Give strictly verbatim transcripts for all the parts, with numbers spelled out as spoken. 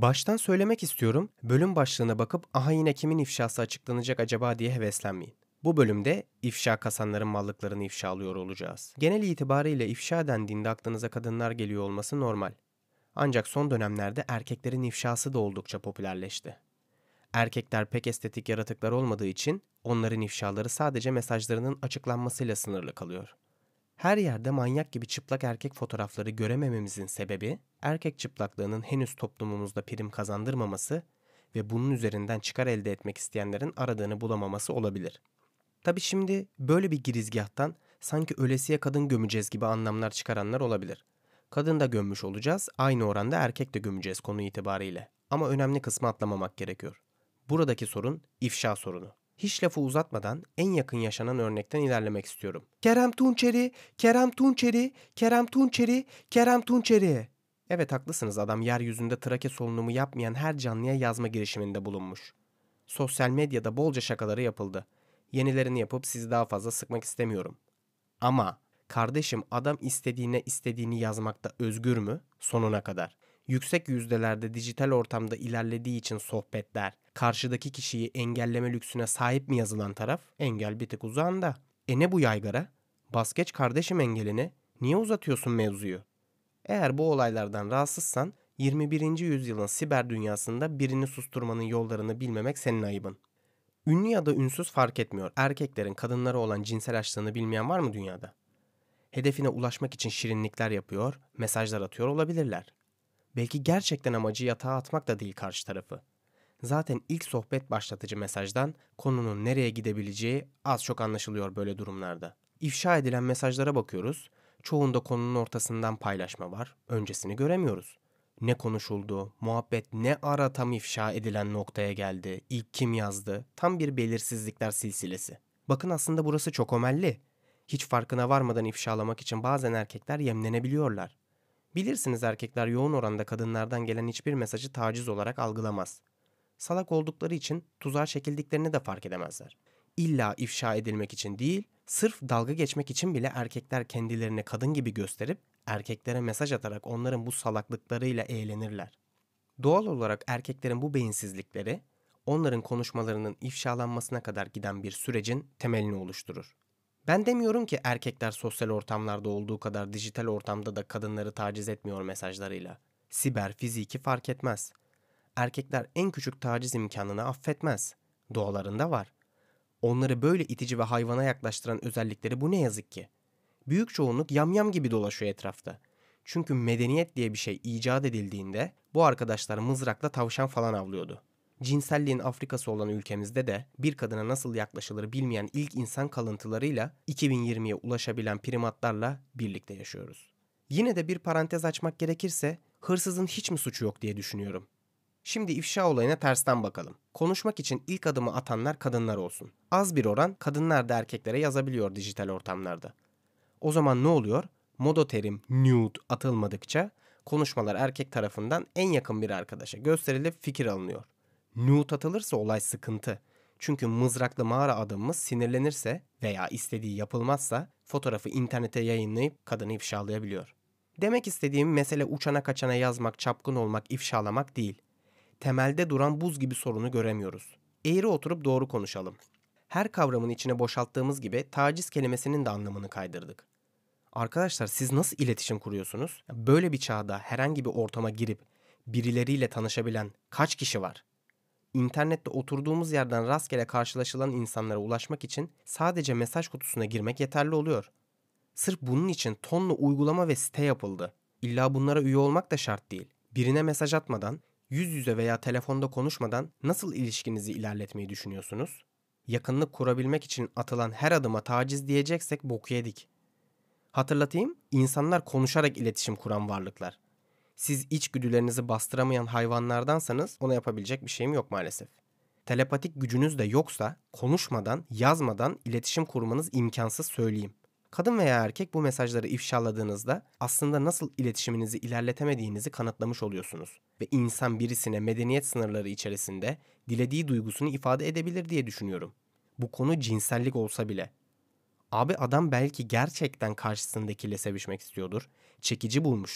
Baştan söylemek istiyorum, bölüm başlığına bakıp aha yine kimin ifşası açıklanacak acaba diye heveslenmeyin. Bu bölümde ifşa kasanların mallıklarını ifşalıyor olacağız. Genel itibariyle ifşa dendiğinde aklınıza kadınlar geliyor olması normal. Ancak son dönemlerde erkeklerin ifşası da oldukça popülerleşti. Erkekler pek estetik yaratıklar olmadığı için onların ifşaları sadece mesajlarının açıklanmasıyla sınırlı kalıyor. Her yerde manyak gibi çıplak erkek fotoğrafları göremememizin sebebi, erkek çıplaklığının henüz toplumumuzda prim kazandırmaması ve bunun üzerinden çıkar elde etmek isteyenlerin aradığını bulamaması olabilir. Tabi şimdi böyle bir girizgahtan sanki ölesiye kadın gömeceğiz gibi anlamlar çıkaranlar olabilir. Kadın da gömmüş olacağız, aynı oranda erkek de gömeceğiz konu itibariyle. Ama önemli kısmı atlamamak gerekiyor. Buradaki sorun ifşa sorunu. Hiç lafı uzatmadan en yakın yaşanan örnekten ilerlemek istiyorum. Kerem Tunçeri, Kerem Tunçeri, Kerem Tunçeri, Kerem Tunçeri. Evet haklısınız, adam yeryüzünde trake solunumu yapmayan her canlıya yazma girişiminde bulunmuş. Sosyal medyada bolca şakaları yapıldı. Yenilerini yapıp sizi daha fazla sıkmak istemiyorum. Ama kardeşim, adam istediğine istediğini yazmakta özgür mü? Sonuna kadar. Yüksek yüzdelerde dijital ortamda ilerlediği için sohbetler, karşıdaki kişiyi engelleme lüksüne sahip mi yazılan taraf? Engel bir tık uzağında. E ne bu yaygara? Bas geç kardeşim engelini. Niye uzatıyorsun mevzuyu? Eğer bu olaylardan rahatsızsan yirmi birinci yüzyılın siber dünyasında birini susturmanın yollarını bilmemek senin ayıbın. Ünlü ya da ünsüz fark etmiyor. Erkeklerin kadınlara olan cinsel açlığını bilmeyen var mı dünyada? Hedefine ulaşmak için şirinlikler yapıyor, mesajlar atıyor olabilirler. Belki gerçekten amacı yatağa atmak da değil karşı tarafı. Zaten ilk sohbet başlatıcı mesajdan konunun nereye gidebileceği az çok anlaşılıyor böyle durumlarda. İfşa edilen mesajlara bakıyoruz. Çoğunda konunun ortasından paylaşma var. Öncesini göremiyoruz. Ne konuşuldu, muhabbet ne ara tam ifşa edilen noktaya geldi, ilk kim yazdı, tam bir belirsizlikler silsilesi. Bakın aslında burası çok omelli. Hiç farkına varmadan ifşalamak için bazen erkekler yemlenebiliyorlar. Bilirsiniz, erkekler yoğun oranda kadınlardan gelen hiçbir mesajı taciz olarak algılamaz. Salak oldukları için tuzağa çekildiklerini de fark edemezler. İlla ifşa edilmek için değil, sırf dalga geçmek için bile erkekler kendilerini kadın gibi gösterip erkeklere mesaj atarak onların bu salaklıklarıyla eğlenirler. Doğal olarak erkeklerin bu beyinsizlikleri onların konuşmalarının ifşalanmasına kadar giden bir sürecin temelini oluşturur. Ben demiyorum ki erkekler sosyal ortamlarda olduğu kadar dijital ortamda da kadınları taciz etmiyor mesajlarıyla. Siber, fiziki fark etmez. Erkekler en küçük taciz imkanını affetmez. Doğalarında var. Onları böyle itici ve hayvana yaklaştıran özellikleri bu ne yazık ki. Büyük çoğunluk yamyam gibi dolaşıyor etrafta. Çünkü medeniyet diye bir şey icat edildiğinde bu arkadaşlar mızrakla tavşan falan avlıyordu. Cinselliğin Afrikası olan ülkemizde de bir kadına nasıl yaklaşılır bilmeyen ilk insan kalıntılarıyla iki bin yirmiye ulaşabilen primatlarla birlikte yaşıyoruz. Yine de bir parantez açmak gerekirse hırsızın hiç mi suçu yok diye düşünüyorum. Şimdi ifşa olayına tersten bakalım. Konuşmak için ilk adımı atanlar kadınlar olsun. Az bir oran kadınlar da erkeklere yazabiliyor dijital ortamlarda. O zaman ne oluyor? Moda terim nude atılmadıkça konuşmalar erkek tarafından en yakın bir arkadaşa gösterilip fikir alınıyor. Nude atılırsa olay sıkıntı. Çünkü mızraklı mağara adamımız sinirlenirse veya istediği yapılmazsa fotoğrafı internete yayınlayıp kadını ifşalayabiliyor. Demek istediğim mesele uçana kaçana yazmak, çapkın olmak, ifşalamak değil. Temelde duran buz gibi sorunu göremiyoruz. Eğri oturup doğru konuşalım. Her kavramın içine boşalttığımız gibi taciz kelimesinin de anlamını kaydırdık. Arkadaşlar, siz nasıl iletişim kuruyorsunuz? Böyle bir çağda herhangi bir ortama girip birileriyle tanışabilen kaç kişi var? İnternette oturduğumuz yerden rastgele karşılaşılan insanlara ulaşmak için sadece mesaj kutusuna girmek yeterli oluyor. Sırf bunun için tonla uygulama ve site yapıldı. İlla bunlara üye olmak da şart değil. Birine mesaj atmadan, yüz yüze veya telefonda konuşmadan nasıl ilişkinizi ilerletmeyi düşünüyorsunuz? Yakınlık kurabilmek için atılan her adıma taciz diyeceksek boku yedik. Hatırlatayım, insanlar konuşarak iletişim kuran varlıklar. Siz içgüdülerinizi bastıramayan hayvanlardansanız ona yapabilecek bir şeyim yok maalesef. Telepatik gücünüz de yoksa konuşmadan, yazmadan iletişim kurmanız imkansız söyleyeyim. Kadın veya erkek bu mesajları ifşaladığınızda aslında nasıl iletişiminizi ilerletemediğinizi kanıtlamış oluyorsunuz. Ve insan birisine medeniyet sınırları içerisinde dilediği duygusunu ifade edebilir diye düşünüyorum. Bu konu cinsellik olsa bile. Abi adam belki gerçekten karşısındakiyle sevişmek istiyordur, çekici bulmuştur.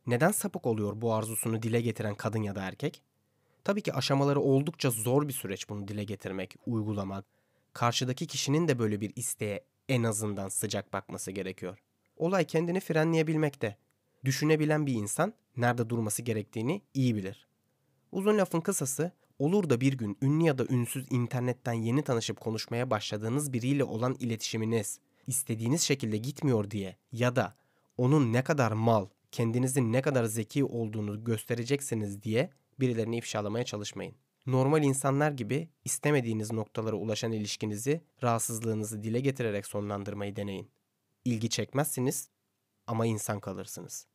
Neden sapık oluyor bu arzusunu dile getiren kadın ya da erkek? Tabii ki aşamaları oldukça zor bir süreç bunu dile getirmek, uygulamak. Karşıdaki kişinin de böyle bir isteğe en azından sıcak bakması gerekiyor. Olay kendini frenleyebilmekte. Düşünebilen bir insan nerede durması gerektiğini iyi bilir. Uzun lafın kısası, olur da bir gün ünlü ya da ünsüz internetten yeni tanışıp konuşmaya başladığınız biriyle olan iletişiminiz istediğiniz şekilde gitmiyor diye ya da onun ne kadar mal, kendinizin ne kadar zeki olduğunu göstereceksiniz diye birilerini ifşalamaya çalışmayın. Normal insanlar gibi istemediğiniz noktalara ulaşan ilişkinizi, rahatsızlığınızı dile getirerek sonlandırmayı deneyin. İlgi çekmezsiniz ama insan kalırsınız.